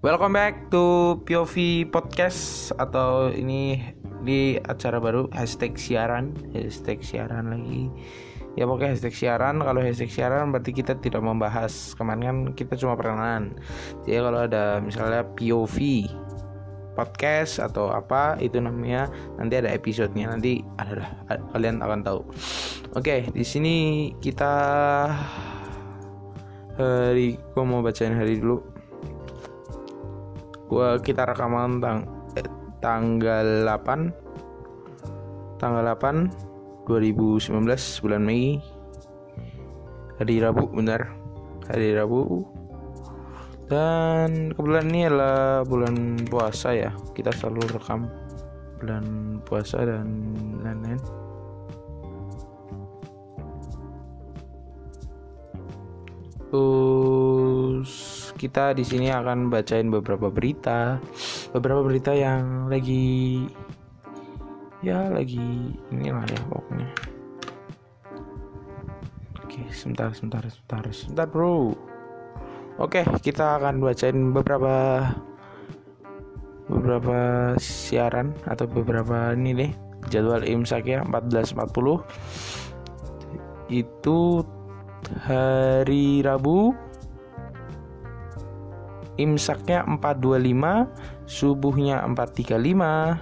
Welcome back to POV Podcast, atau ini di acara baru hashtag siaran lagi. Ya pokoknya hashtag siaran. Kalau hashtag siaran berarti kita tidak membahas. Kemarin kan kita cuma perkenalan. Jadi kalau ada misalnya POV Podcast atau apa itu namanya, nanti ada episodenya, nanti adalah kalian akan tahu. Oke, di sini kita gua mau bacain hari dulu. Kita rekaman tanggal 8 2019 bulan Mei, hari Rabu, hari Rabu. Dan kebetulan ini adalah bulan puasa ya. Kita selalu rekam bulan puasa dan lain-lain. Terus kita di sini akan bacain beberapa berita yang lagi inilah ya pokoknya. Oke, sebentar bro. Oke, kita akan bacain beberapa siaran atau beberapa ini deh, jadwal imsak ya. 14.40 itu hari Rabu, imsaknya 4.25, subuhnya 4.35,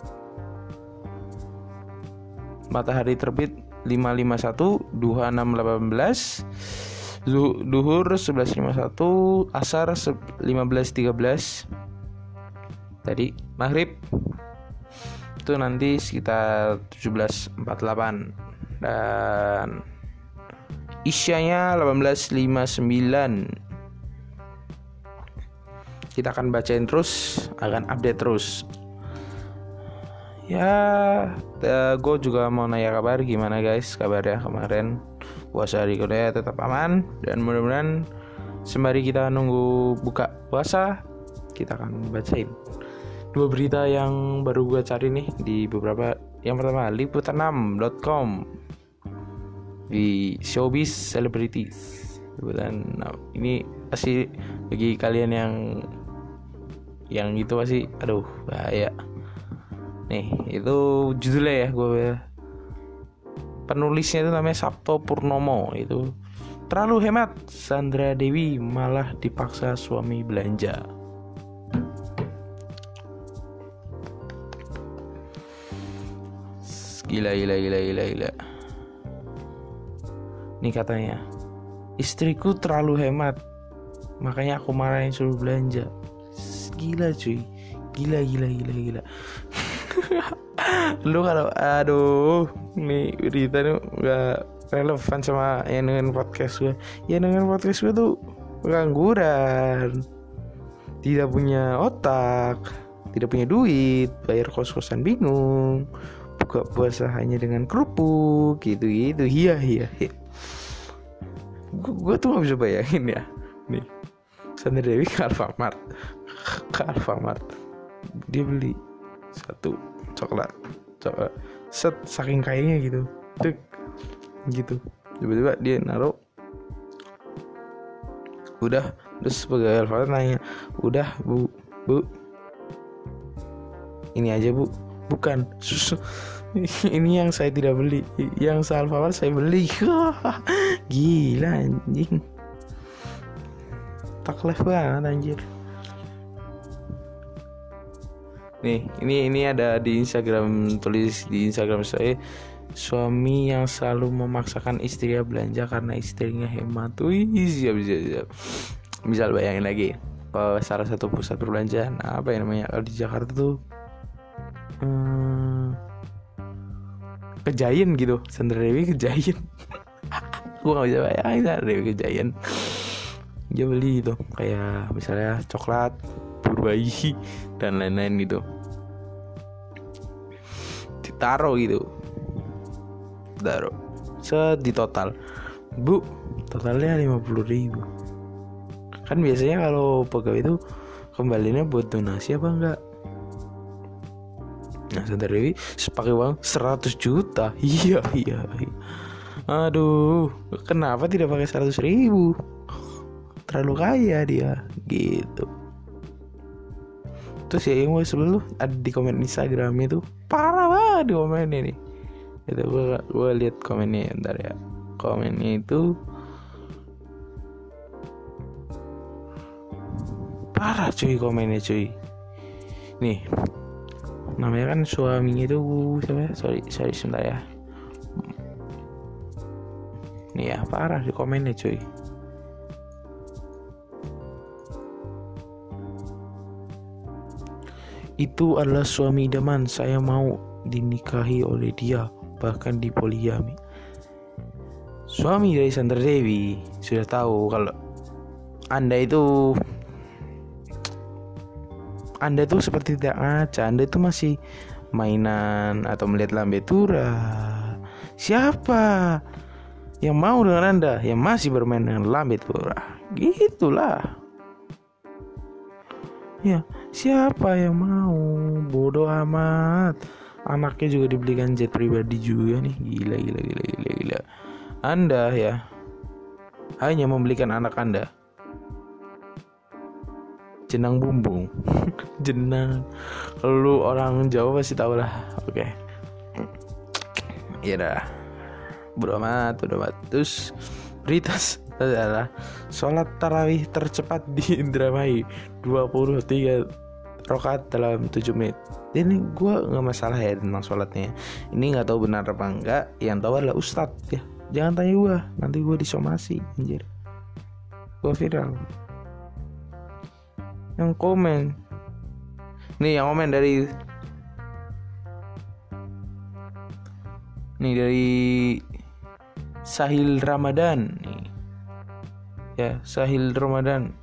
matahari terbit 5.51, duha 6.18, duhur 11.51, asar 15.13. Tadi maghrib itu nanti sekitar 17.48 dan isyanya 18.59. Kita akan bacain terus, akan update terus. Ya, gue juga mau nanya kabar, gimana guys kabarnya kemarin puasa di Korea, tetap aman, dan mudah-mudahan sembari kita nunggu buka puasa, kita akan bacain 2 berita yang baru gue cari nih di beberapa. Yang pertama, liputan6.com di showbiz celebrities. Dan ini pasti bagi kalian yang itu pasti aduh bahaya. Nih, itu judulnya ya, penulisnya itu namanya Sabto Purnomo. Itu terlalu hemat, Sandra Dewi malah dipaksa suami belanja. Gila. Ini katanya, istriku terlalu hemat, makanya aku marahin suruh belanja. Gila cuy, gila. Lu kalau nih berita tuh gak relevan sama yang dengan podcast gue. Yang dengan podcast gue tuh pengangguran, tidak punya otak, tidak punya duit, bayar kos-kosan bingung, buka puasa hanya dengan kerupuk gitu. Iya. Gue tuh gak bisa bayangin ya. Nih, Sandra Dewi ke Alfamart, dia beli satu coklat set, saking kayaknya gitu, tiba-tiba dia naruh. Udah, terus pegawai Alfamart nanya, udah bu, ini aja bu, bukan susu. Ini yang saya tidak beli, yang Alfamart saya beli. Gila anjing, takleh banget anjir. Nih, ini ada di Instagram, tulis di Instagram saya, suami yang selalu memaksakan istrinya belanja karena istrinya hemat. Siap. Misal bayangin lagi, kalau salah satu pusat perbelanjaan, apa yang namanya kalau di Jakarta tuh, Kejayan gitu, Sandra Dewi Kejayan. Gue gak bisa bayangin Sandra Dewi Kejayan. Dia beli gitu, kayak misalnya coklat, bayi dan lain-lain gitu, ditaruh set di total, bu, totalnya 50.000. Kan biasanya kalau pegawai itu kembalinya buat donasi apa enggak? Nah, Sandra Dewi pakai uang 100 juta. Iya. Aduh, kenapa tidak pakai 100.000? Terlalu kaya dia gitu. Terus ya yang gue sebelum ada di komen Instagram itu parah banget di komen ini. Itu gue lihat komennya ntar ya. Komennya itu parah cuy komennya cuy. Nih namanya kan suaminya itu siapa? Sorry sebentar ya. Nih ya parah di komennya cuy. Itu adalah suami idaman, saya mau dinikahi oleh dia, bahkan dipoligami. Suami dari Sandra Dewi sudah tahu kalau Anda tuh seperti tidak ngaca. Anda itu masih mainan atau melihat lambe tura. Siapa yang mau dengan Anda yang masih bermain dengan lambe tura? Gitulah. Ya, siapa yang mau? Bodoh amat. Anaknya juga dibelikan jet pribadi juga nih. Gila. Anda ya hanya membelikan anak Anda jenang bumbung. Jenang. Kalau lu orang Jawa pasti tahu lah. Oke. Iya dah. Bodoh amat. Terus berita adalah sholat tarawih tercepat di Indramayu 23 rakaat dalam 7 menit. Ini gue gak masalah ya tentang sholatnya. Ini gak tahu benar apa enggak. Yang tahu adalah ustadz ya. Jangan tanya gue, nanti gue disomasi anjir. Gue viral. Yang komen dari Sahil Ramadan nih. Ya, Sahil Ramadan.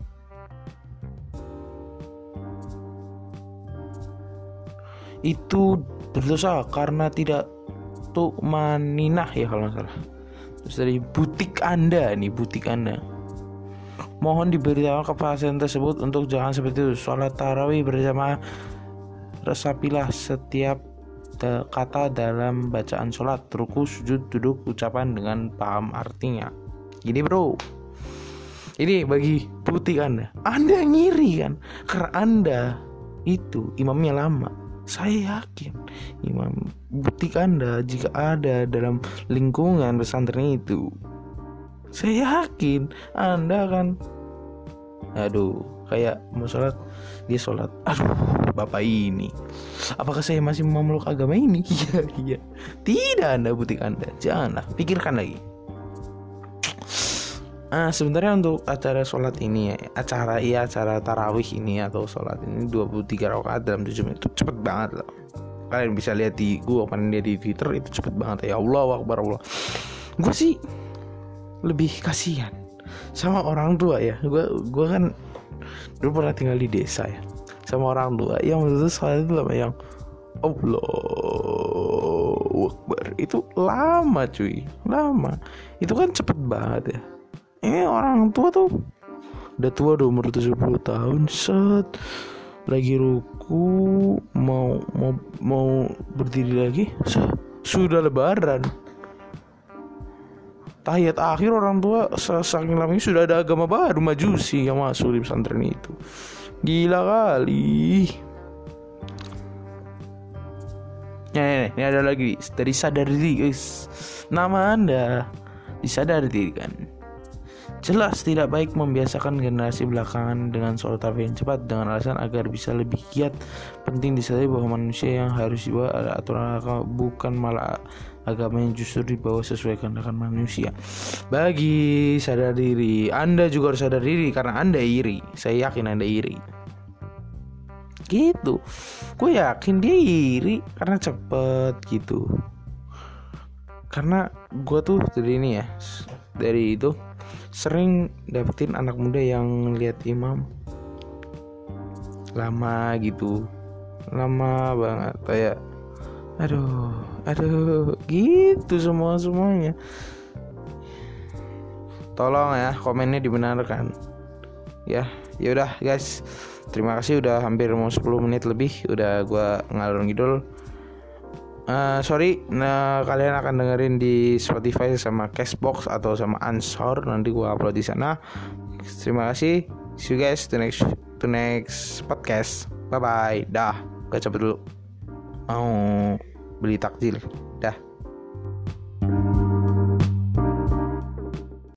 Itu berdosa karena tidak tu'maninah ya kalau nggak salah. Terus dari butik Anda. Mohon diberitahu ke pasien tersebut untuk jangan seperti itu. Sholat tarawih berjamaah, resapilah setiap kata dalam bacaan sholat, ruku, sujud, duduk, ucapan dengan paham artinya. Gini bro, ini bagi butik Anda ngiri kan, karena Anda itu imamnya lama. Saya yakin imam butik Anda jika ada dalam lingkungan pesantren itu, saya yakin Anda kan kayak mau sholat, dia sholat, bapak ini, apakah saya masih memeluk agama ini? Iya. Tidak, Anda butik Anda, janganlah, pikirkan lagi. Sebenarnya untuk acara sholat ini acara tarawih ini atau sholat ini 23 rakaat dalam 7 menit itu cepet banget loh. Kalian bisa lihat gua pernah lihat di Twitter, itu cepet banget ya. Allah Akbar Allah. Gue sih lebih kasihan sama orang tua ya. Gue kan dulu pernah tinggal di desa ya, sama orang tua yang menurut sholat itu lama, yang Allahu Akbar itu lama cuy, itu kan cepet banget ya. Ini orang tua tuh udah tua, umur 70 tahun, lagi ruku mau berdiri lagi, sudah lebaran. Tahiyat akhir orang tua saking lamanya sudah ada agama baru, Majusi, yang masuk di pesantren itu. Gila kali. Ini ada lagi dari sadar diri guys. Nama Anda disadar diri kan. Jelas tidak baik membiasakan generasi belakangan dengan sholat tarawih yang cepat dengan alasan agar bisa lebih giat. Penting disadari bahwa manusia yang harus dibawa ada aturan agama, bukan malah agama yang justru dibawa sesuai kehendak manusia. Bagi sadar diri, Anda juga harus sadar diri karena Anda iri. Saya yakin Anda iri. Gitu. Gue yakin dia iri karena cepet gitu. Karena gue tuh dari itu sering dapetin anak muda yang lihat imam lama banget, kayak aduh gitu semuanya. Tolong ya komennya dibenarkan ya. Yaudah guys, terima kasih udah hampir mau 10 menit lebih udah gue ngalor ngidul. Kalian akan dengerin di Spotify sama Castbox atau sama Anchor, nanti gue upload di sana. Terima kasih. See you guys to next podcast. Bye bye. Dah, gue cabut dulu. Mau beli takjil. Dah.